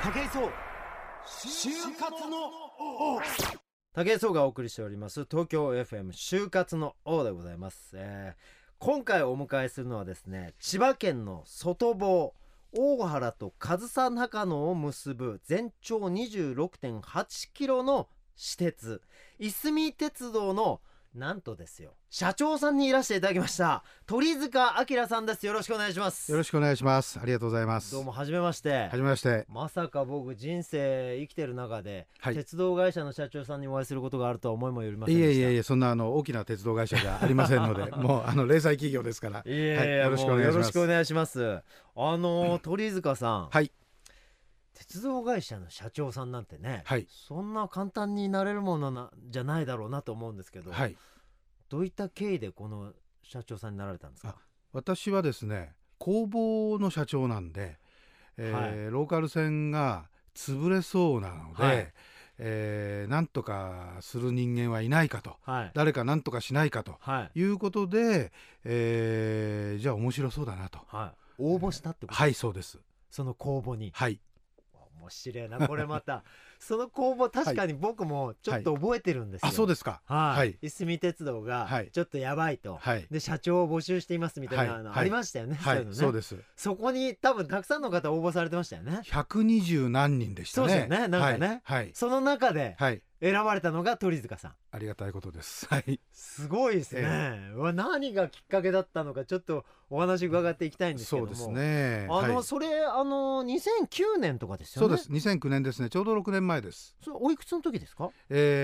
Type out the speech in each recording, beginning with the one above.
武井壮就活の王。 武井壮がお送りしております東京 FM 就活の王でございます、今回お迎えするのはですね、千葉県の外房大原と上総中野を結ぶ全長 26.8 キロの私鉄いすみ鉄道のなんとですよ、社長さんにいらしていただきました鳥塚明さんです。よろしくお願いします。 よろしくお願いします。ありがとうございます。 どうもはじめまして。 はじめまして。 まさか僕人生生きてる中で、 はい、 鉄道会社の社長さんにお会いすることがあるとは思いもよりませんでした。 いえそんな大きな鉄道会社じゃありませんのでもう零細企業ですから。よろしくお願いします。 よろしくお願いします。鳥塚さん、 はい、 鉄道会社の社長さんなんてね、 はい、 そんな簡単になれるものじゃないだろうなと思うんですけど、 はい、 どういった経緯でこの社長さんになられたんですか？ 私はですね、工房の社長なんで、ローカル線が潰れそうなので、なんとかする人間はいないかと、誰かなんとかしないかということで、じゃあ面白そうだなと、 応募したってことですか？ はい、そうです。 その公募に。 はい、 面白いなこれまたその公募確かに僕もちょっと覚えてるんですよ、 あ、そうですか。 いすみ鉄道がちょっとやばいと、で社長を募集していますみたいなのありましたよね。 そうです。 そこに多分たくさんの方応募されてましたよね。 120何人でしたね。 そうですよね、なんかね、その中で選ばれたのが鳥塚さん。 ありがたいことです。 すごいですね、何がきっかけだったのかちょっとお話伺っていきたいんですけども。 そうですね。 それ2009年とかですよね。 そうです、2009年ですね。ちょうど6年前です。 それおいくつの時ですか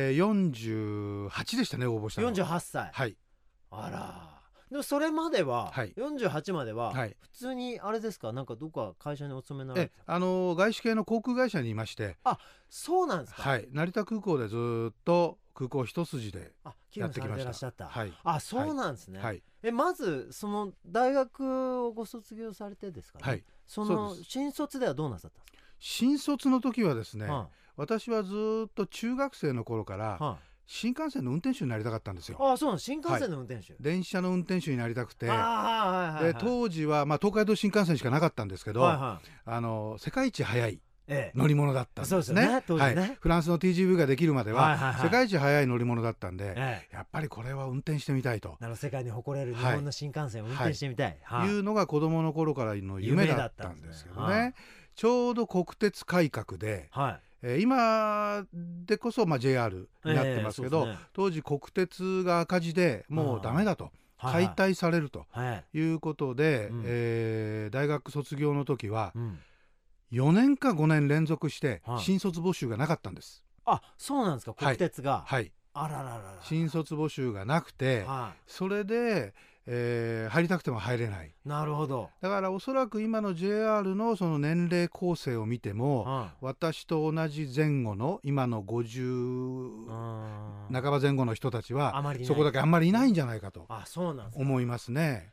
？48でしたね、応募したのは。 48歳。 はい。 あら。でもそれまでは、48までは普通にあれですか、なんかどっか会社にお勤めになられてた？ 外資系の航空会社にいまして。 あ、そうなんですか。 はい、成田空港でずっと空港一筋でやってきました。 らっしゃった。 はい。 あ、そうなんですね。 はい。 まずその大学をご卒業されてですかね。 はい。 その新卒ではどうなさったんですか？ 新卒の時はですね、私はずっと中学生の頃から、新幹線の運転手になりたかったんですよ。 あ、そうなんです。新幹線の運転手、 電車の運転手になりたくて、で当時は、東海道新幹線しかなかったんですけど、世界一速い乗り物だったんですね。フランスの TGV ができるまでは世界一速い乗り物だったんで、やっぱりこれは運転してみたいと。 世界に誇れる日本の新幹線を運転してみたい、 いうのが子供の頃からの夢だったんですけどね。ちょうど国鉄改革で、今でこそJR になってますけど、当時国鉄が赤字でもうダメだと、解体されるということで、大学卒業の時は4年か5年連続して新卒募集がなかったんです。 あ、そうなんですか。国鉄が、 あららら、新卒募集がなくて、それで入りたくても入れない。 なるほど。 だからおそらく今の JR のその年齢構成を見ても、私と同じ前後の今の50半ば前後の人たちはそこだけあんまりいないんじゃないかと思いますね。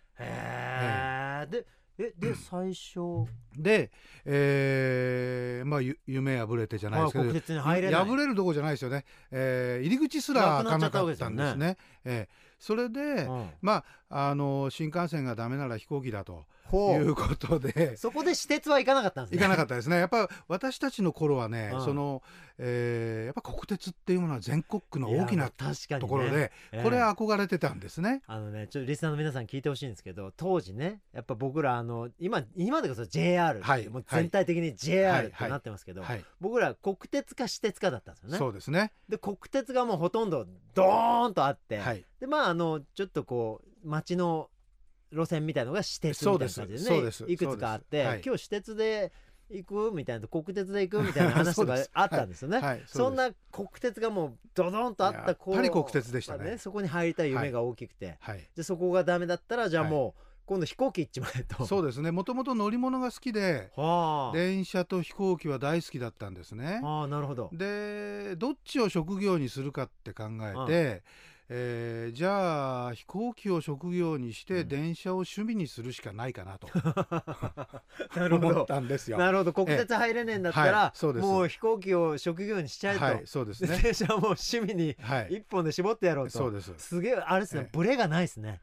で最初で、夢破れてじゃないですけど、 国鉄に入れない、 破れるとこじゃないですよね。入り口すら開かなかったんですね。それで、新幹線がダメなら飛行機だということで、 そこで私鉄は行かなかったんですね。 行かなかったですね。やっぱ私たちの頃はね、やっぱ国鉄っていうものは全国区の大きなところで、これ憧れてたんですね。 ちょっとリスナーの皆さん聞いてほしいんですけど、当時ね、やっぱ僕ら今でこそ JR、もう全体的に JR ってなってますけど、僕ら国鉄か私鉄かだったんですよね。 そうですね。 で国鉄がもうほとんどドーンとあって、でちょっとこう街の路線みたいのが私鉄みたいな感じでね、いくつかあって、今日私鉄で行くみたいな、国鉄で行くみたいな話があったんですよね。そんな国鉄がもうドドンとあった頃、 やっぱり国鉄でしたね。 そこに入りたい夢が大きくて、でそこがダメだったらじゃあもう今度飛行機行っちまえと。そうですね。 もともと乗り物が好きで、電車と飛行機は大好きだったんですね。 なるほど。 でどっちを職業にするかって考えて、じゃあ飛行機を職業にして電車を趣味にするしかないかなと思ったんですよ。 なるほど。国鉄入れねえんだったら、もう飛行機を職業にしちゃえと。 そうですね。 電車はもう趣味に一本で絞ってやろうと。 そうです。 すげえあれですね、ブレがないですね。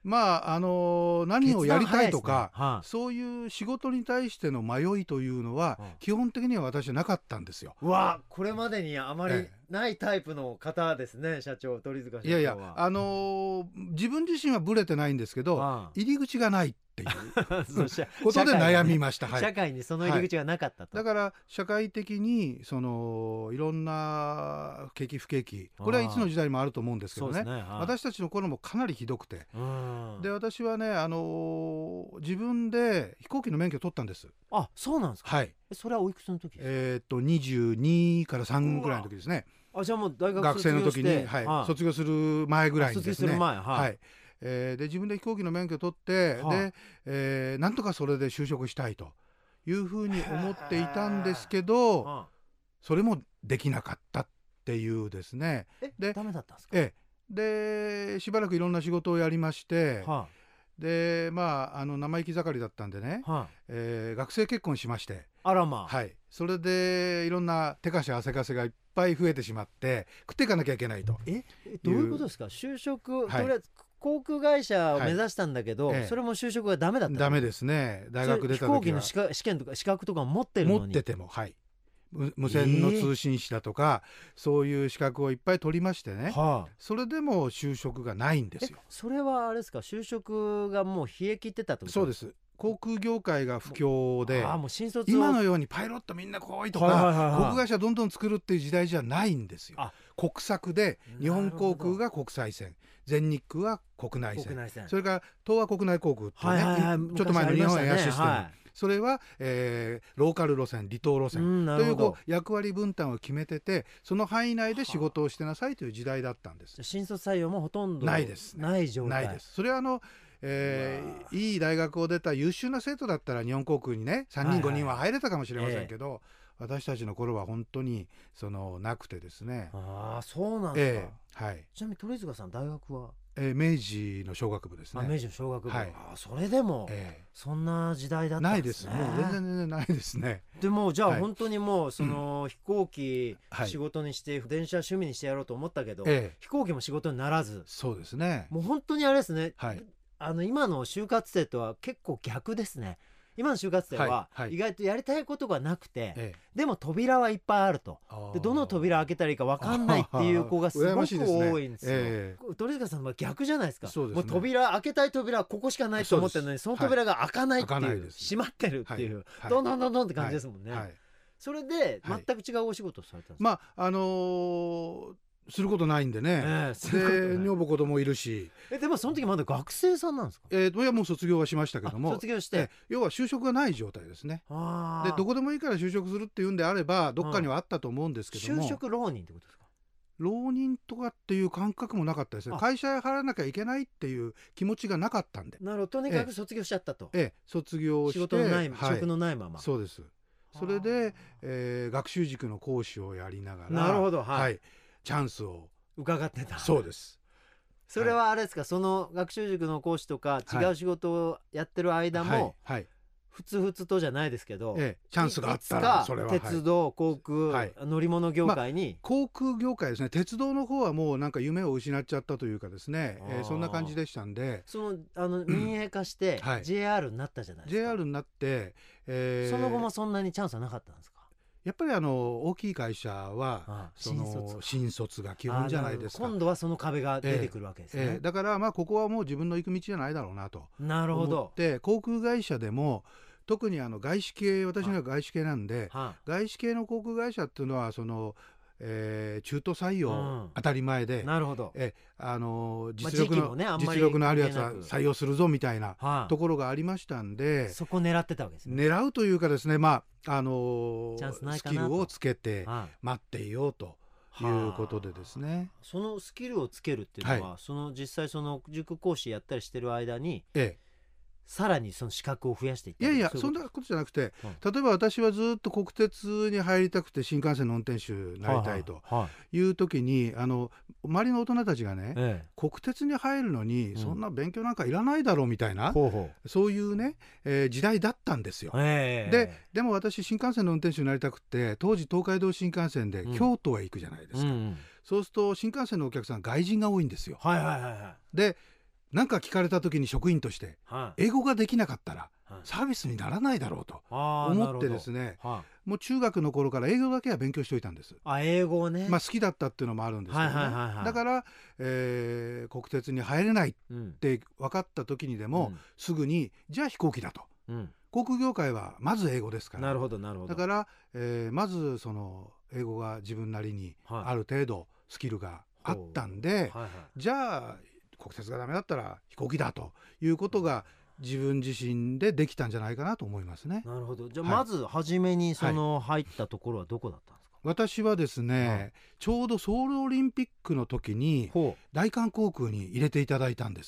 何をやりたいとか、 決断早いですね。 そういう仕事に対しての迷いというのは、基本的には私はなかったんですよ。 うわ、これまでにあまりないタイプの方ですね、社長、鳥塚社長は。 いやいや、自分自身はブレてないんですけど、入り口がないっていうことで悩みました。 社会にその入り口がなかったと。 だから社会的にいろんな景気不景気、これはいつの時代もあると思うんですけどね、私たちの頃もかなりひどくて、で私はね、自分で飛行機の免許を取ったんです。 あ、そうなんですか。はい。それはおいくつの時ですか ？22から3ぐらいの時ですね。 じゃあもう大学学生の時に、卒業する前ぐらいにですね。 卒業する前、はい。 で自分で飛行機の免許を取って、で、なんとかそれで就職したいというふうに思っていたんですけど、それもできなかったっていうですね。 で、ダメだったんですか？ でしばらくいろんな仕事をやりまして、で生意気盛りだったんでね、学生結婚しまして、 あらまあ、 はい、それでいろんな手貸し汗かせがいっぱい増えてしまって食っていかなきゃいけないと。 どういうことですか？就職、とりあえず航空会社を目指したんだけど、それも就職がダメだった。 ダメですね。大学出た時は飛行機の試験とか資格とか持ってるのに、 持ってても、無線の通信士だとか、そういう資格をいっぱい取りましてね、それでも就職がないんですよ。 それはあれですか？就職がもう冷え切ってたってこと？ そうです。航空業界が不況で、 もう新卒今のようにパイロットみんな来いとか、航空会社どんどん作るっていう時代じゃないんですよ。国策で日本航空が国際線、全日空は国内線、それから東亜国内航空っていうね、ちょっと前の日本エアシステム、それは、ローカル路線、離島路線という役割分担を決めてて、その範囲内で仕事をしてなさいという時代だったんです。 新卒採用もほとんどないです、 ない状態。 ないです。それはいい大学を出た優秀な生徒だったら日本航空にね3人5人は入れたかもしれませんけど、私たちの頃は本当になくてですね。 そうなんですか。ちなみに鳥塚さん大学は明治の商学部ですね。 明治の商学部、それでも、そんな時代だったんですね。 ないです。もう全然ないですね。 でもじゃあ本当にもう飛行機仕事にして、電車趣味にしてやろうと思ったけど、飛行機も仕事にならず。 そうですね。 もう本当にあれですね、今の就活生とは結構逆ですね。今の就活生は意外とやりたいことがなくて、でも扉はいっぱいあると。でどの扉開けたらいいか分かんないっていう子がすごく多いんですよ。鳥塚さんは逆じゃないですか。もう扉開けたい扉はここしかないと思ってるのに、その扉が開かないっていう、閉まってるっていう、どんどんって感じですもんね。それで全く違うお仕事をされたんですか？ することないんでね。で女房子供いるし。 でもその時まだ学生さんなんですか？ いやもう卒業はしましたけども、 卒業して要は就職がない状態ですね。でどこでもいいから就職するっていうんであればどっかにはあったと思うんですけども、 就職浪人ってことですか？ 浪人とかっていう感覚もなかったですね。会社へ入らなきゃいけないっていう気持ちがなかったんで。 なるほど。とにかく卒業しちゃったと。 卒業して仕事のない、職のないまま。 そうです。それで学習塾の講師をやりながら、 なるほど、 チャンスを伺ってた。 そうです。 それはあれですか、その学習塾の講師とか違う仕事をやってる間も、ふつふつとじゃないですけど、 チャンスがあったらそれは鉄道、航空、乗り物業界に、 航空業界ですね。鉄道の方はもうなんか夢を失っちゃったというかですね、そんな感じでしたんで、 民営化して JR になったじゃないですか。 JR になって、 その後もそんなにチャンスはなかったんですか？ やっぱり大きい会社は新卒が基本じゃないですか。 今度はその壁が出てくるわけですね。 だからここはもう自分の行く道じゃないだろうなと思って、航空会社でも特に外資系、私のは外資系なんで、外資系の航空会社っていうのは中途採用当たり前で、 なるほど、 実力のあるやつは採用するぞみたいなところがありましたんで、 そこ狙ってたわけですね。 狙うというかですね、スキルをつけて待っていようということでですね。 そのスキルをつけるっていうのは、実際塾講師やったりしてる間に、さらにその資格を増やしていった。 いやそんなことじゃなくて、例えば私はずっと国鉄に入りたくて新幹線の運転手になりたいという時に、周りの大人たちがね、国鉄に入るのにそんな勉強なんかいらないだろうみたいな、そういうね、時代だったんですよ。でも私新幹線の運転手になりたくて、当時東海道新幹線で京都へ行くじゃないですか。そうすると新幹線のお客さん外人が多いんですよ。で何か聞かれた時に職員として英語ができなかったらサービスにならないだろうと思ってですね、もう中学の頃から英語だけは勉強しておいたんです。 英語をね、 好きだったっていうのもあるんですけどね、だから、国鉄に入れないって分かった時にでも、すぐにじゃあ飛行機だと、航空業界はまず英語ですから。 なるほどなるほど。 だから、まずその英語が自分なりにある程度スキルがあったんで、じゃあ国鉄がダメだったら飛行機だということが自分自身でできたんじゃないかなと思いますね。 なるほど。じゃあまず初めにその入ったところはどこだったんですか？ 私はですね、ちょうどソウルオリンピックの時に大韓航空に入れていただいたんです。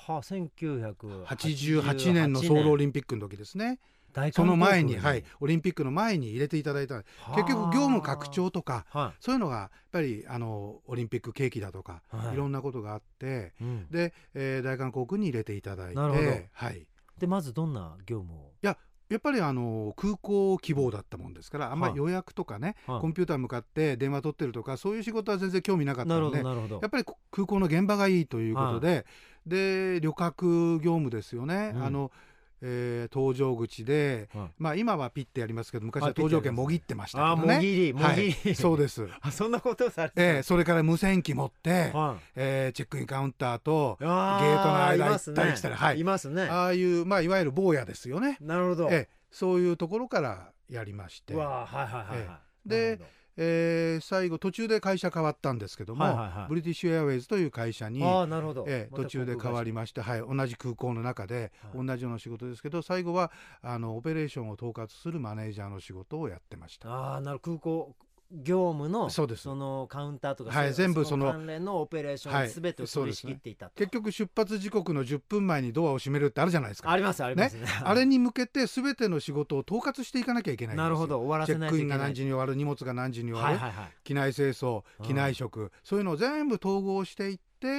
1988 年のソウルオリンピックの時ですね。その前に、オリンピックの前に入れていただいた。結局業務拡張とか、そういうのがやっぱりオリンピック景気だとか、いろんなことがあって、で、大韓航空に入れていただいて。なるほど。 でまずどんな業務を？ やっぱり空港希望だったもんですから、あんまり予約とかね、コンピューター向かって電話取ってるとかそういう仕事は全然興味なかったので、やっぱり空港の現場がいいということで、で旅客業務ですよね。搭乗口で、今はピッてやりますけど、昔は搭乗券もぎってましたけどね。 もぎりそうです。 そんなことをされて、 それから無線機持って、チェックインカウンターとゲートの間行ったりしたら、 いますね。 ああいういわゆる坊やですよね。 なるほど。 そういうところからやりまして、で最後途中で会社変わったんですけども、ブリティッシュエアウェイズという会社に途中で変わりまして、同じ空港の中で同じような仕事ですけど、最後はオペレーションを統括するマネージャーの仕事をやってました。 なる空港業務のそのカウンターとか、全部その関連のオペレーション全てを取り仕切っていたと。 結局出発時刻の10分前にドアを閉めるってあるじゃないですか。 ありますね。 あれに向けて全ての仕事を統括していかなきゃいけないんですよ。 なるほど。終わらせないといけない。 チェックインが何時に終わる、荷物が何時に終わる、機内清掃、機内食、そういうのを全部統合していって、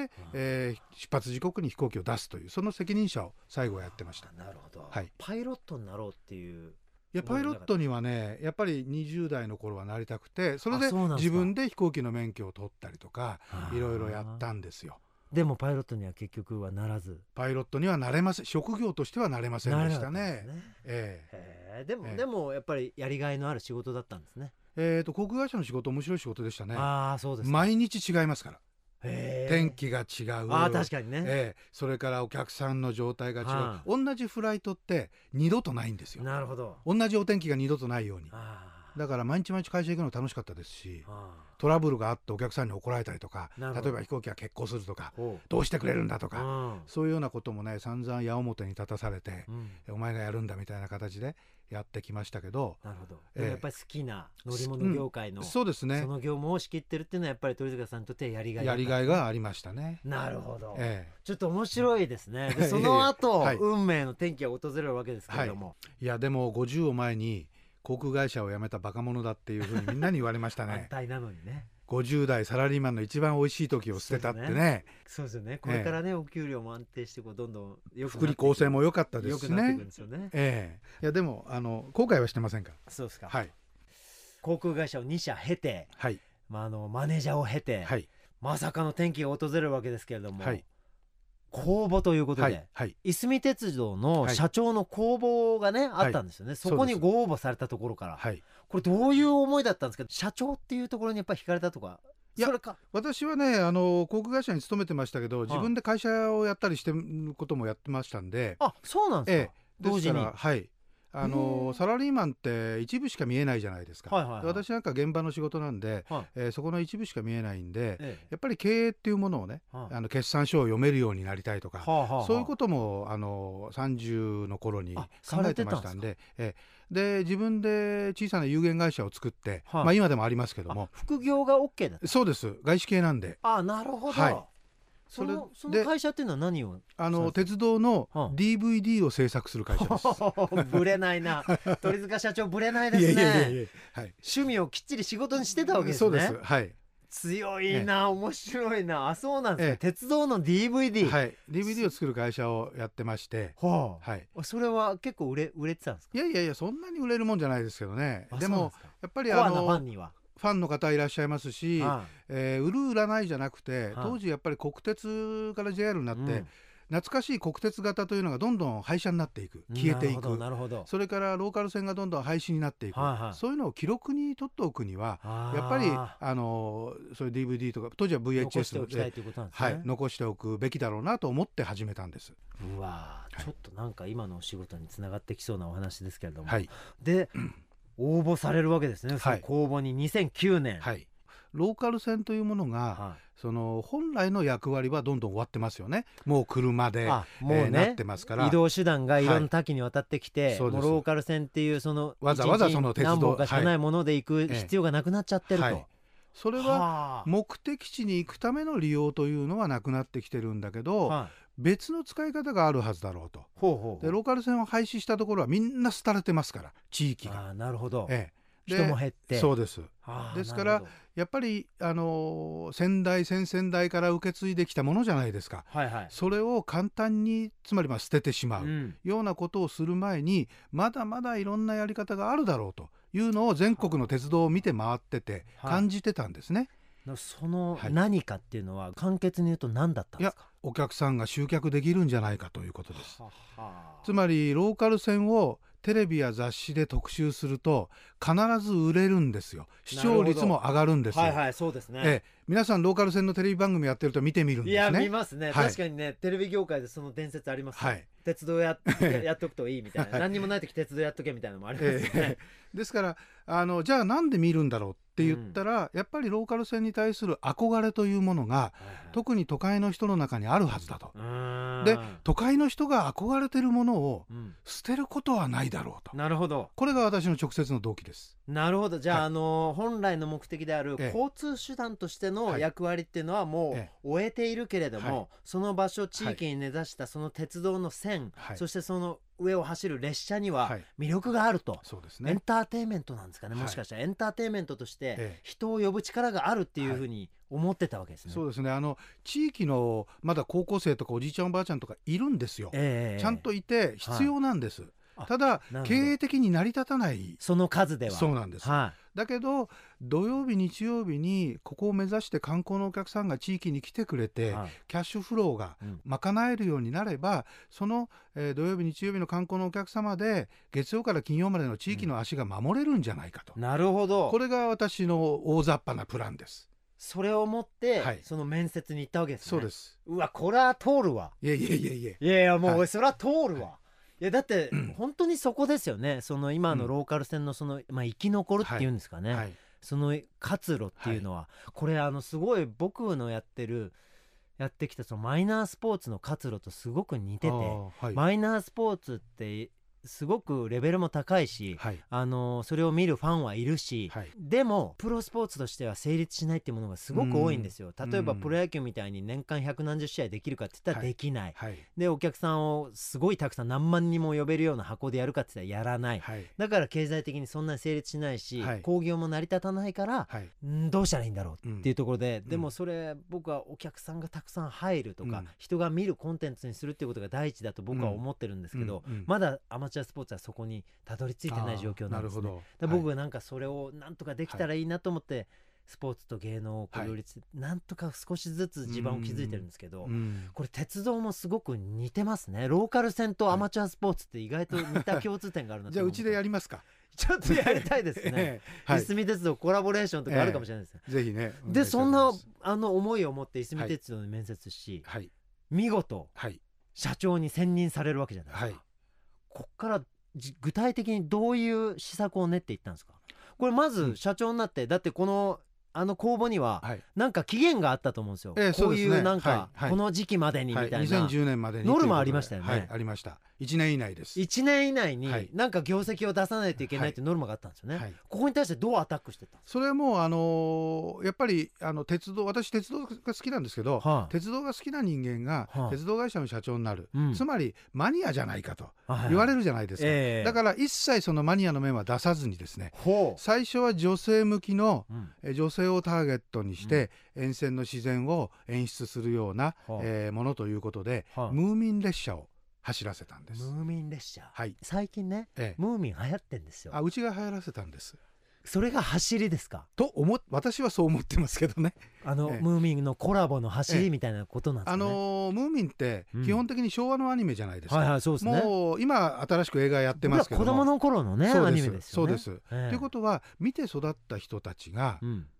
出発時刻に飛行機を出すという、その責任者を最後やってました。 なるほど。パイロットになろうっていう。 パイロットにはね、やっぱり20代の頃はなりたくて、それで自分で飛行機の免許を取ったりとかいろいろやったんですよ。 でもパイロットには結局はならず。 パイロットにはなれません。職業としてはなれませんでしたね。 でもやっぱりやりがいのある仕事だったんですね。 航空会社の仕事面白い仕事でしたね。 そうです。 毎日違いますから。天気が違う。 確かにね。 それからお客さんの状態が違う。同じフライトって二度とないんですよ。 なるほど。 同じお天気が二度とないように。だから毎日毎日会社行くの楽しかったですし、トラブルがあってお客さんに怒られたりとか、例えば飛行機が欠航するとか、どうしてくれるんだとか、そういうようなこともね、散々矢面に立たされて、お前がやるんだみたいな形でやってきましたけど。 なるほど。やっぱり好きな乗り物業界の、 そうですね、 その業務を仕切ってるっていうのはやっぱり鳥塚さんにとってやりがいがありましたね。 なるほど。ちょっと面白いですね。でその後、運命の転機が訪れるわけですけれども、 いやでも50を前に航空会社を辞めたバカ者だっていうふうにみんなに言われましたね。 反対なのにね。 50代サラリーマンの一番おいしい時を捨てたってね。 そうですよね。これからね、お給料も安定してどんどん良く福利厚生も良かったですしね。いやでも後悔はしてませんから。 そうですか。航空会社を2社経て、マネージャーを経て、まさかの転機が訪れるわけですけれども、公募ということで、いすみ鉄道の社長の公募がね、あったんですよね。そこにご応募されたところから、これどういう思いだったんですか？社長っていうところにやっぱり惹かれたとか。 いや、私はね、航空会社に勤めてましたけど、自分で会社をやったりしてることもやってましたんで。 そうなんですか。 同時にサラリーマンって一部しか見えないじゃないですか。私なんか現場の仕事なんで、そこの一部しか見えないんで、やっぱり経営っていうものをね、決算書を読めるようになりたいとか、そういうことも30の頃に考えてましたんで、で自分で小さな有限会社を作って、今でもありますけども、 副業が OK だった。 そうです。外資系なんで。 なるほど。その会社っていうのは何を？ 鉄道の DVD を制作する会社です。 ぶれないな。鳥塚社長ぶれないですね。趣味をきっちり仕事にしてたわけですね。 そうです。 強いな、面白いな。そうなんですね。鉄道の DVD。 DVD を作る会社をやってまして。 それは結構売れてたんですか？ いやそんなに売れるもんじゃないですけどね。でもやっぱりコアなファンには。 ファンの方いらっしゃいますし、売る売らないじゃなくて、当時やっぱり国鉄から JR になって、 懐かしい国鉄型というのがどんどん廃車になっていく、消えていく。 なるほど。 それからローカル線がどんどん廃止になっていく、そういうのを記録に取っておくにはやっぱりそういう DVD とか当時は VHS で残しておくべきだろうなと思って始めたんです。 うわ、ちょっとなんか今のお仕事につながってきそうなお話ですけれども、 で応募されるわけですね、その公募に2009年。 ローカル線というものが、その本来の役割はどんどん終わってますよね。もう車でなってますから、 移動手段がいろんな多岐にわたってきて、もうローカル線っていうそのわざわざその鉄道何本かしかないもので行く必要がなくなっちゃってると。 それは目的地に行くための利用というのはなくなってきてるんだけど、別の使い方があるはずだろうと。でローカル線を廃止したところはみんな廃れてますから、地域が。 なるほど。人も減って。 そうです。ですからやっぱり先代先々代から受け継いできたものじゃないですか。それを簡単につまり捨ててしまうようなことをする前に、まだまだいろんなやり方があるだろうというのを全国の鉄道を見て回ってて感じてたんですね。 その何かっていうのは簡潔に言うと何だったんですか？ お客さんが集客できるんじゃないかということです。つまりローカル線をテレビや雑誌で特集すると必ず売れるんですよ。視聴率も上がるんですよ。 そうですね。 皆さんローカル線のテレビ番組やってると見てみるんですね。 いや見ますね、確かにね。テレビ業界でその伝説ありますね。鉄道やっとくといいみたいな何にもない時鉄道やっとけみたいなのもありますね。 ですからじゃあなんで見るんだろうって言ったら、やっぱりローカル線に対する憧れというものが、特に都会の人の中にあるはずだと。で都会の人が憧れてるものを捨てることはないだろうと。 なるほど。 これが私の直接の動機です。 なるほど。じゃあ、本来の目的である交通手段としての役割っていうのはもう終えているけれども、その場所地域に根ざしたその鉄道の線、そしてその上を走る列車には魅力があると。 そうですね。 エンターテインメントなんですかね。もしかしたらエンターテインメントとして人を呼ぶ力があるっていうふうに思ってたわけですね。 そうですね。地域のまだ高校生とかおじいちゃんおばあちゃんとかいるんですよ。ちゃんといて必要なんです。ただ経営的に成り立たないその数では。 そうなんです。だけど土曜日日曜日にここを目指して観光のお客さんが地域に来てくれて、キャッシュフローが賄えるようになれば、その、土曜日日曜日の観光のお客様で月曜から金曜までの地域の足が守れるんじゃないかと。 なるほど。 これが私の大雑把なプランです。 それを持って、その面接に行ったわけですね。 そうです。 うわ、これは通るわ。 いやもうそれは通るわ。いやだって本当にそこですよね。その今のローカル線のその、生き残るっていうんですかね、その活路っていうのは、これすごい僕のやってきたそのマイナースポーツの活路とすごく似てて、マイナースポーツってすごくレベルも高いし、それを見るファンはいるし、でもプロスポーツとしては成立しないっていうものがすごく多いんですよ。例えばプロ野球みたいに年間百何十試合できるかって言ったらできない、でお客さんをすごいたくさん何万人も呼べるような箱でやるかって言ったらやらない、だから経済的にそんなに成立しないし、興行も成り立たないから、どうしたらいいんだろうっていうところで、でもそれ僕はお客さんがたくさん入るとか、人が見るコンテンツにするっていうことが第一だと僕は思ってるんですけど、まだアマチュアスポーツはそこにたどり着いてない状況なんですね。僕はなんかそれをなんとかできたらいいなと思って、スポーツと芸能を両立、なんとか少しずつ地盤を築いてるんですけど、これ鉄道もすごく似てますね。ローカル線とアマチュアスポーツって意外と似た共通点があるなと。 じゃあうちでやりますか。 ちょっとやりたいですね。いすみ鉄道コラボレーションとかあるかもしれないですね。 ぜひね。 でそんな思いを持っていすみ鉄道に面接し、見事、社長に選任されるわけじゃないですか。こっから具体的にどういう施策を練っていったんですか？これまず社長になって、だってこの公募にはなんか期限があったと思うんですよ。こういうなんかこの時期までにみたいな 2010年までにノルマありましたよね。 ありました。1年以内です。 1年以内になんか業績を出さないといけないっていうノルマがあったんですよね。ここに対してどうアタックしてたんですか？ それはもうやっぱり私鉄道が好きなんですけど、鉄道が好きな人間が鉄道会社の社長になる、つまりマニアじゃないかと言われるじゃないですか。だから一切そのマニアの面は出さずにですね、最初は女性向きの女性をターゲットにして沿線の自然を演出するようなものということで、ムーミン列車を走らせたんです。 ムーミン列車、最近ね、ムーミン流行ってんですよ。 うちが流行らせたんです。 それが走りですかと私はそう思ってますけどね。 ムーミンのコラボの走りみたいなことなんですかね。 ムーミンって基本的に昭和のアニメじゃないですか、 はいはい、そうですね。 もう今新しく映画やってますけども、 子供の頃のねアニメですよね。 そうです。ということは見て育った人たちが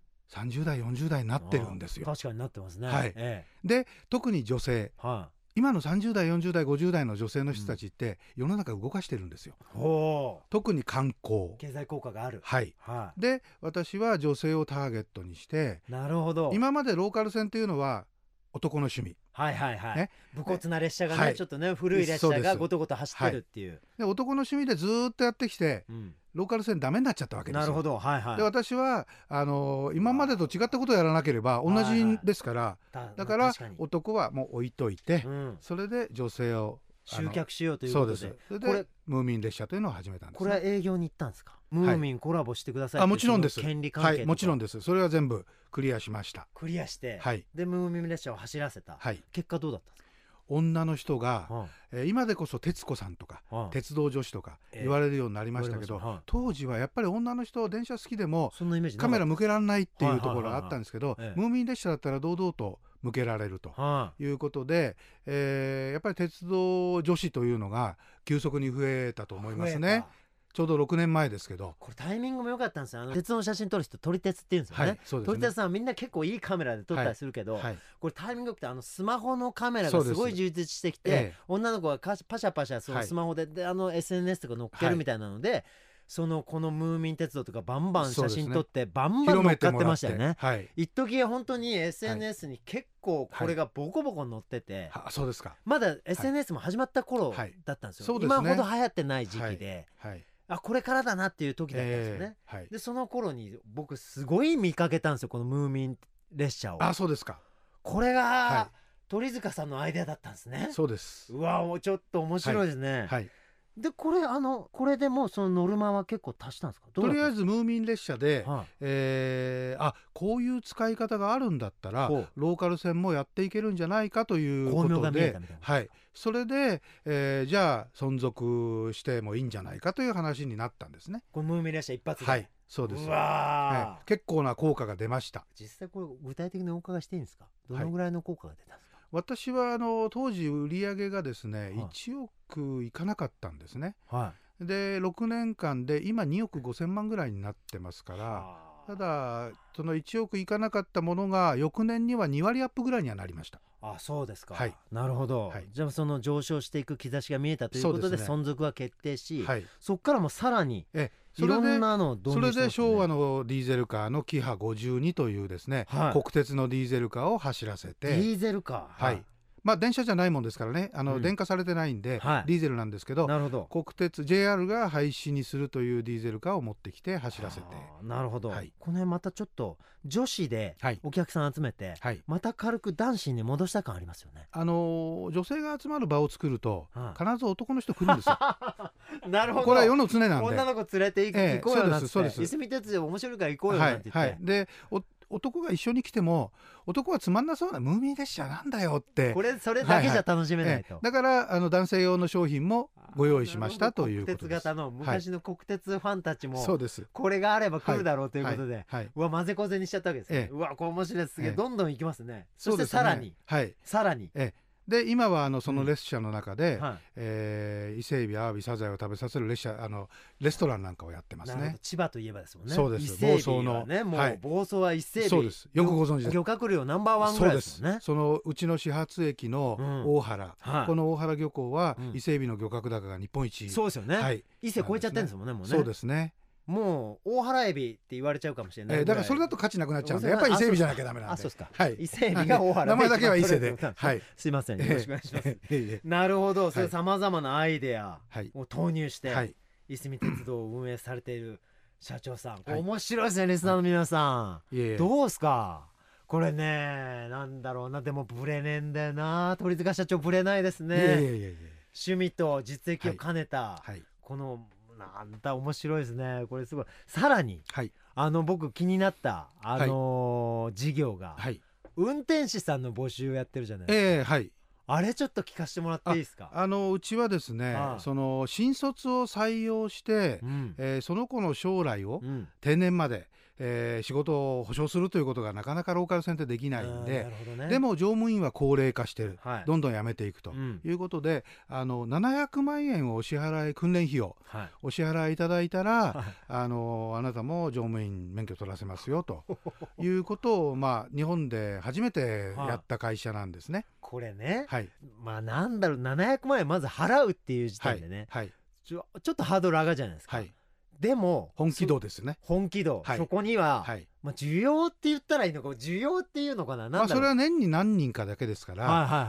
30代40代になってるんですよ。 確かになってますね。 はい。で特に女性、今の30代40代50代の女性の人たちって世の中動かしてるんですよ。特に観光、 経済効果がある。 はい、で私は女性をターゲットにして、 なるほど。 今までローカル線っていうのは男の趣味、 はいはいはい、ね、武骨な列車がね、ちょっとね古い列車がごとごと走ってるっていう、 で男の趣味でずっとやってきて、ローカル線ダメになっちゃったわけですよ。 なるほど、はいはい。 で私は今までと違ったことをやらなければ同じですから、だから男はもう置いといて、それで女性を集客しようということで、 そうです。それでムーミン列車というのを始めたんです、ね。 これは営業に行ったんですか？ムーミンコラボしてくださいって、 もちろんです。 権利関係とか、 はい、もちろんです。それは全部クリアしました。 クリアして、 はい、 でムーミン列車を走らせた、はい、結果どうだったんですか？ 女の人が、今でこそ徹子さんとか、鉄道女子とか言われるようになりましたけど、当時はやっぱり女の人電車好きでもカメラ向けられないっていうところがあったんですけど、ムーミン列車だったら堂々と向けられるということで、やっぱり鉄道女子というのが急速に増えたと思いますね。ちょうど6年前ですけど、 これタイミングも良かったんですよ。鉄道の写真撮る人撮り鉄って言うんですよね。撮り鉄さんみんな結構いいカメラで撮ったりするけど、これタイミング良くてスマホのカメラがすごい充実してきて、女の子がパシャパシャそのスマホで、SNS とか載っけるみたいなので、このムーミン鉄道とかバンバン写真撮ってバンバン乗っかってましたよね。一時本当に SNS に結構これがボコボコ載ってて、 そうですか。 まだ SNS も始まった頃だったんですよ。今ほど流行ってない時期で、これからだなっていう時だったんですよね。でその頃に僕すごい見かけたんですよ、このムーミン列車を。 そうですか。 これが鳥塚さんのアイデアだったんですね。 そうです。 うわ、もうちょっと面白いですね。でこれでもそのノルマは結構達したんですか？ とりあえずムーミン列車で、こういう使い方があるんだったらローカル線もやっていけるんじゃないかということで、それで、じゃあ存続してもいいんじゃないかという話になったんですね。 このムーミン列車一発で。 そうです。 うわ、 結構な効果が出ました。 実際これ具体的にお伺いしていいんですか？どのぐらいの効果が出たんですか？ 私は当時売上がですね、1億いかなかったんですね。で6年間で今2億5千万ぐらいになってますから、ただその1億いかなかったものが翌年には2割アップぐらいにはなりました。 そうですか。なるほど。じゃあその上昇していく兆しが見えたということで存続は決定し、そこからもさらにいろんなのを導入してますね。 それで昭和のディーゼルカーのキハ52というですね、国鉄のディーゼルカーを走らせて。 ディーゼルカー、 電車じゃないもんですからね、電化されてないんで、ディーゼルなんですけど、国鉄 JR が廃止にするというディーゼルカーを持ってきて走らせて。 なるほど、この辺またちょっと女子でお客さん集めて、また軽く男子に戻した感ありますよね。 女性が集まる場を作ると、必ず男の人来るんですよ。 なるほど。 これは世の常なんで、 女の子連れて行こうよなんて、いすみ鉄道面白いから行こうよなんて言って、 で男が一緒に来ても男はつまんなそうなムーミン列車なんだよって、 それだけじゃ楽しめないと、 だから男性用の商品もご用意しましたということです。 国鉄型の昔の国鉄ファンたちも、 そうです、 これがあれば来るだろうということで、うわ混ぜこぜにしちゃったわけですね。うわこれ面白いですげどんどん行きますね。そしてさらに、で今はその列車の中で、伊勢海老アワビサザエを食べさせるレストランなんかをやってますね。 千葉といえばですもんね。 そうです。房総のもう房総は伊勢海老、 そうです。よくご存知です。 漁獲量ナンバーワンぐらいですもんね。 そのうちの始発駅の大原、この大原漁港は伊勢海老の漁獲高が日本一。 そうですよね。伊勢超えちゃってるんですもんね。もうね。 そうですね。 もう大原エビって言われちゃうかもしれない。 だからそれだと価値なくなっちゃうんで、やっぱり伊勢海老じゃなきゃダメなんで。 そうですか。伊勢海老が大原。 名前だけは伊勢で。 すいません。よろしくお願いします。なるほど。それさまざまなアイデアを投入していすみ鉄道を運営されている社長さん、面白いですね。リスナーの皆さん、どうですかこれね。なんだろうな、でもブレねえんだよな。鳥塚社長ブレないですね。趣味と実績を兼ねたこのなんだ面白いですね。これすごい。さらに、僕気になった事業が、運転士さんの募集をやってるじゃないですか。 あれちょっと聞かせてもらっていいですか。 うちはですね、その新卒を採用して、その子の将来を定年まで、仕事を保証するということがなかなかローカル線ってできないんで、でも乗務員は高齢化してる、どんどん辞めていくということで、700万円をお支払い、訓練費用、お支払いいただいたら、あなたも乗務員免許取らせますよということを、日本で初めてやった会社なんですね。 これね、なんだろう、700万円まず払うっていう時点でね、ちょっとハードル上がるじゃないですか。でも本気度ですね。 本気度、そこには、需要って言ったらいいのか、需要っていうのかな、 それは年に何人かだけですから、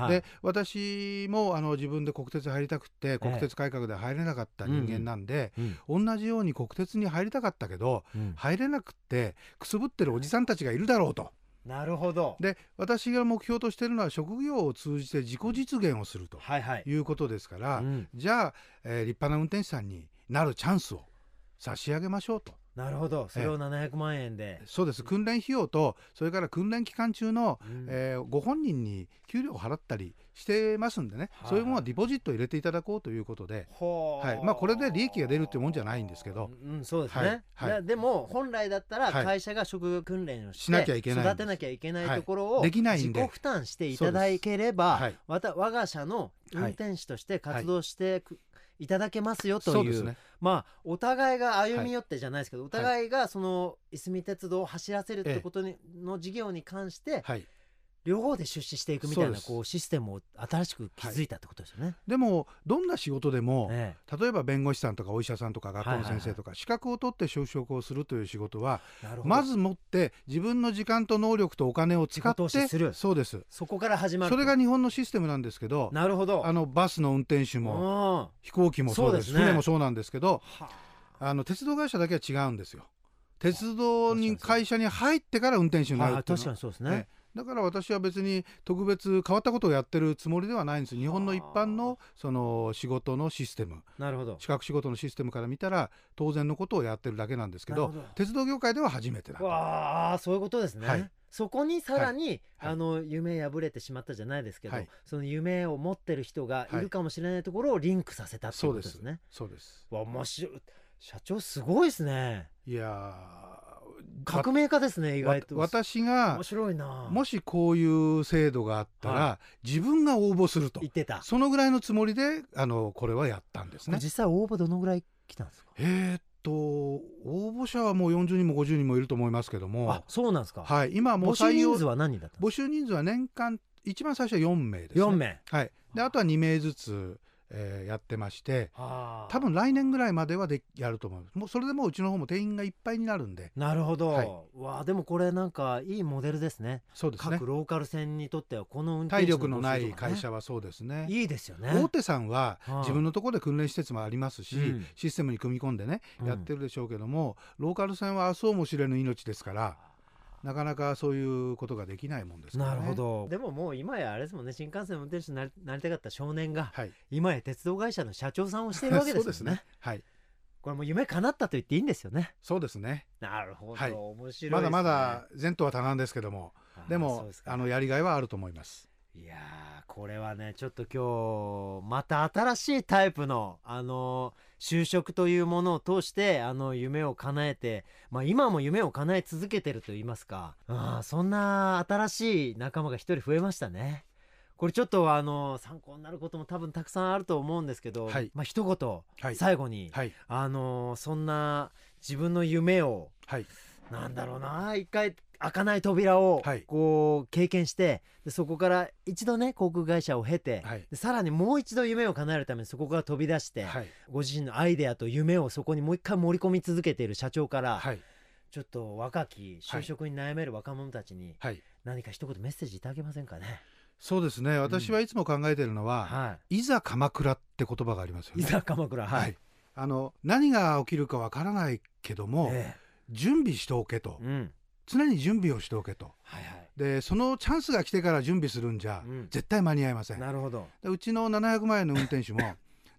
で私も自分で国鉄入りたくて国鉄改革で入れなかった人間なんで、同じように国鉄に入りたかったけど、入れなくってくすぶってるおじさんたちがいるだろうと。 なるほど。 で私が目標としているのは職業を通じて自己実現をするということですから、じゃあ、立派な運転手さんになるチャンスを差し上げましょうと。 なるほど。それを700万円で。 そうです。訓練費用とそれから訓練期間中の、ご本人に給料を払ったりしてますんでね、そういうものはディポジットを入れていただこうということで、これで利益が出るっていうもんじゃないんですけど、 そうですね。でも本来だったら会社が職業訓練をして育てなきゃいけないところを自己負担していただければ、我が社の運転手として活動していただけますよという、お互いが歩み寄ってじゃないですけど、お互いがそのいすみ鉄道を走らせるってことの事業に関して、両方で出資していくみたいなシステムを新しく築いたってことですよね。 でもどんな仕事でも、例えば弁護士さんとかお医者さんとか学校の先生とか、資格を取って就職をするという仕事は、まずもって自分の時間と能力とお金を使ってそうです。 そこから始まる。 それが日本のシステムなんですけど、 なるほど。 バスの運転手も飛行機もそうです、船もそうなんですけど、鉄道会社だけは違うんですよ。鉄道に会社に入ってから運転手になるっていうのは、 確かにそうですね。 だから私は別に特別変わったことをやってるつもりではないんです。日本の一般のその仕事のシステム、資格仕事のシステムから見たら当然のことをやってるだけなんですけど、鉄道業界では初めてだと。 そういうことですね。そこにさらに、夢破れてしまったじゃないですけど、その夢を持ってる人がいるかもしれないところをリンクさせたってことですね。 そうです。 面白い。社長すごいですね。 いや革命家ですね。意外と私が面白いな。 もしこういう制度があったら、自分が応募すると言ってた。 そのぐらいのつもりでこれはやったんですね。 実際応募どのぐらい来たんですか？ 応募者はもう40人も50人もいると思いますけども。 そうなんですか。 今もう募集人数は何人だったんですか？ 募集人数は年間一番最初は4名ですね。 4名。 であとは2名ずつやってまして、多分来年ぐらいまではやると思います。もうそれでもううちの方も定員がいっぱいになるんで。 なるほど。でもこれなんかいいモデルですね。 そうですね。 各ローカル線にとってはこの運転体力のない会社はそうですね。 いいですよね。 大手さんは自分のところで訓練施設もありますし、システムに組み込んでねやってるでしょうけども、ローカル線は明日をも知れぬ命ですから。なかなかそういうことができないもんですからね。 なるほど。でももう今やあれですもんね、新幹線の運転手になりたかった少年が、今や鉄道会社の社長さんをしているわけですよね。そうですね。これも夢叶ったと言っていいんですよね。 そうですね。 なるほど、面白いですね。 まだまだ前途は多難ですけども、でもやりがいはあると思います。 いやこれはねちょっと今日また新しいタイプの就職というものを通して夢を叶えて、今も夢を叶え続けてると言いますか、そんな新しい仲間が一人増えましたね。これちょっと参考になることも多分たくさんあると思うんですけど、一言、最後に、そんな自分の夢を、なんだろうな、一回開かない扉をこう経験して、でそこから一度ね航空会社を経て、でさらにもう一度夢を叶えるためにそこから飛び出して、ご自身のアイデアと夢をそこにもう一回盛り込み続けている社長から、ちょっと若き就職に悩める若者たちに何か一言メッセージいただけませんかね。 そうですね。私はいつも考えているのは、いざ鎌倉って言葉がありますよね。 いざ鎌倉。 何が起きるかわからないけども、準備しておけと、常に準備をしておけと、でそのチャンスが来てから準備するんじゃ、絶対間に合いません。 なるほど。 うちの700万円の運転手も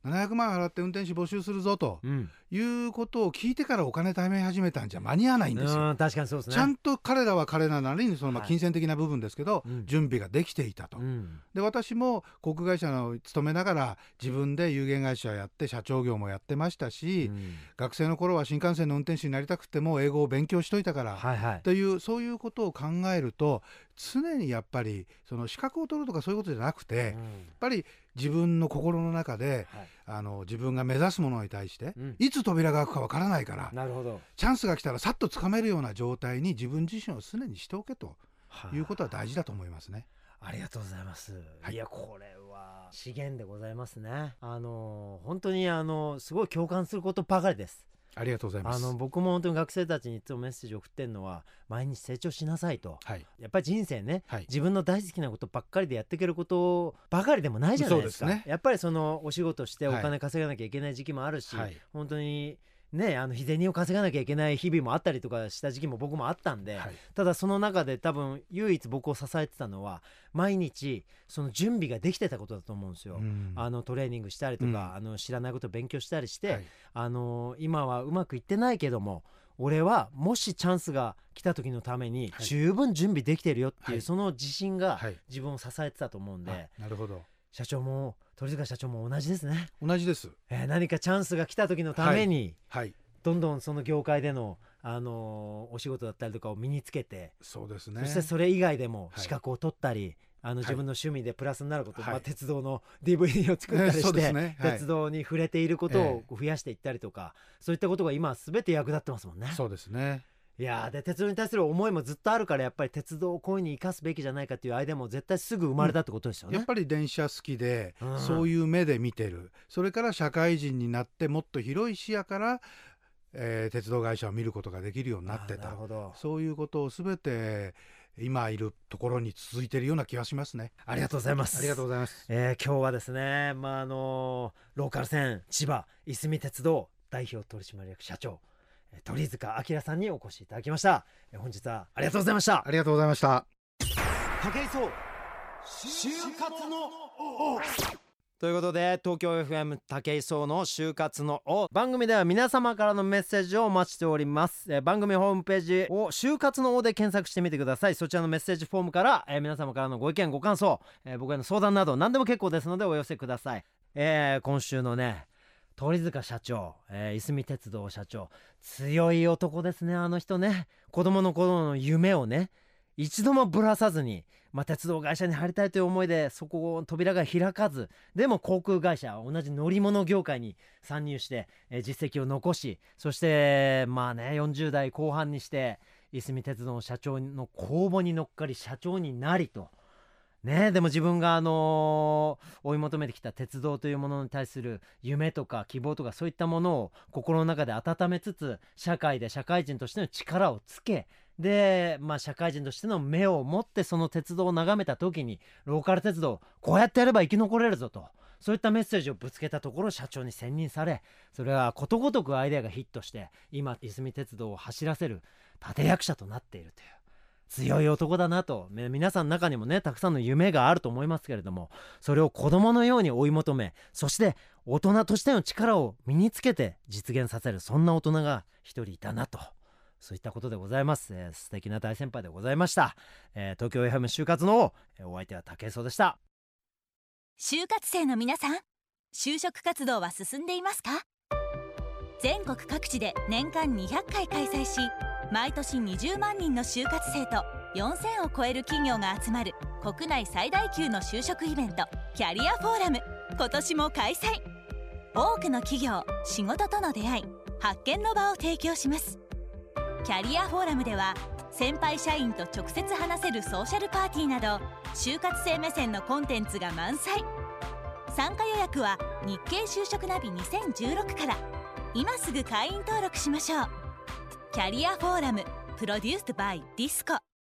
700万払って運転手募集するぞということを聞いてからお金貯め始めたんじゃ間に合わないんですよ。 確かにそうですね。 ちゃんと彼らは彼らなりにその金銭的な部分ですけど、準備ができていたと。で私も航空会社の勤めながら自分で有限会社やって社長業もやってましたし、学生の頃は新幹線の運転手になりたくても英語を勉強しといたからという、そういうことを考えると常にやっぱりその資格を取るとかそういうことじゃなくて、やっぱり自分の心の中で、自分が目指すものに対して、いつ扉が開くかわからないから、 なるほど、 チャンスが来たらさっとつかめるような状態に自分自身を常にしておけということは大事だと思いますね。 ありがとうございます。いやこれは資源でございますね。本当にすごい共感することばかりです。 ありがとうございます。 僕も本当に学生たちにいつもメッセージを送ってるのは、毎日成長しなさいと、やっぱり人生ね、自分の大好きなことばっかりでやっていけることばかりでもないじゃないですか。そうですね、やっぱりそのお仕事してお金稼がなきゃいけない時期もあるし、本当にね、日銭を稼がなきゃいけない日々もあったりとかした時期も僕もあったんで、ただその中で多分唯一僕を支えてたのは毎日その準備ができてたことだと思うんですよ。トレーニングしたりとか、知らないことを勉強したりして、今はうまくいってないけども俺はもしチャンスが来た時のために十分準備できてるよっていう、その自信が自分を支えてたと思うんで、 なるほど。 社長も鳥塚社長も同じですね。 同じです。 何かチャンスが来た時のために、どんどんその業界での、お仕事だったりとかを身につけて、 そうですね、 そしてそれ以外でも資格を取ったり、自分の趣味でプラスになること、鉄道の DVD を作ったりして、鉄道に触れていることを増やしていったりとか、そういったことが今全て役立ってますもんね。 そうですね。 いやで鉄道に対する思いもずっとあるから、やっぱり鉄道をこういう風に生かすべきじゃないかっていうアイデアも絶対すぐ生まれたってことですよね。 やっぱり電車好きで、そういう目で見てる。それから社会人になってもっと広い視野から、鉄道会社を見ることができるようになってた。そういうことを全て今いるところに続いているような気がしますね。 ありがとうございます。 ありがとうございます。 今日はですね、ローカル線千葉いすみ鉄道代表取締役社長鳥塚明さんにお越しいただきました。本日はありがとうございました。 ありがとうございました。 武井壮就活の王ということで、東京 FM 武井壮の就活の王、番組では皆様からのメッセージをお待ちしております。番組ホームページを就活の王で検索してみてください。そちらのメッセージフォームから、皆様からのご意見ご感想、僕への相談など何でも結構ですのでお寄せください。今週のね鳥塚社長、いすみ鉄道社長、強い男ですね。あの人ね、子供の頃の夢をね一度もぶらさずに、鉄道会社に入りたいという思いでそこを扉が開かず、でも航空会社同じ乗り物業界に参入して、実績を残し、そして40代後半にしていすみ鉄道の社長の公募に乗っかり社長になりとね。でも自分が追い求めてきた鉄道というものに対する夢とか希望とか、そういったものを心の中で温めつつ、社会で社会人としての力をつけ、で社会人としての目を持ってその鉄道を眺めた時に、ローカル鉄道こうやってやれば生き残れるぞと、そういったメッセージをぶつけたところ社長に選任され、それはことごとくアイデアがヒットして、今いすみ鉄道を走らせる立役者となっているという強い男だなと。皆さんの中にもねたくさんの夢があると思いますけれども、それを子供のように追い求め、そして大人としての力を身につけて実現させる、そんな大人が一人いたなと、そういったことでございます。素敵な大先輩でございました。東京 FM 就活のお相手は武井壮でした。 就活生の皆さん、就職活動は進んでいますか？全国各地で年間200回開催し、毎年20万人の就活生と4000を超える企業が集まる国内最大級の就職イベント、キャリアフォーラム、今年も開催。多くの企業、仕事との出会い、発見の場を提供します。キャリアフォーラムでは先輩社員と直接話せるソーシャルパーティーなど、就活生目線のコンテンツが満載。参加予約は日経就職ナビ2016から。今すぐ会員登録しましょう。キャリアフォーラムプロデュースドバイディスコ。